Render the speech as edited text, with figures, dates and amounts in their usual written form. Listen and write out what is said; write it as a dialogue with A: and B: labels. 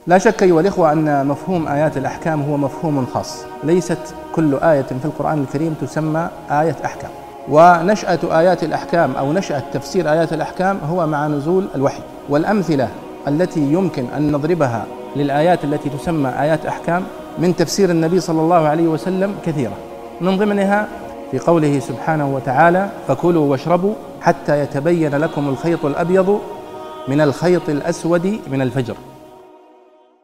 A: لا شك أيها الإخوة أن مفهوم آيات الأحكام هو مفهوم خاص، ليست كل آية في القرآن الكريم تسمى آية أحكام. ونشأة آيات الأحكام أو نشأة تفسير آيات الأحكام هو مع نزول الوحي. والأمثلة التي يمكن أن نضربها للآيات التي تسمى آيات أحكام من تفسير النبي صلى الله عليه وسلم كثيرة، من ضمنها في قوله سبحانه وتعالى: فكلوا واشربوا حتى يتبين لكم الخيط الأبيض من الخيط الأسود من الفجر.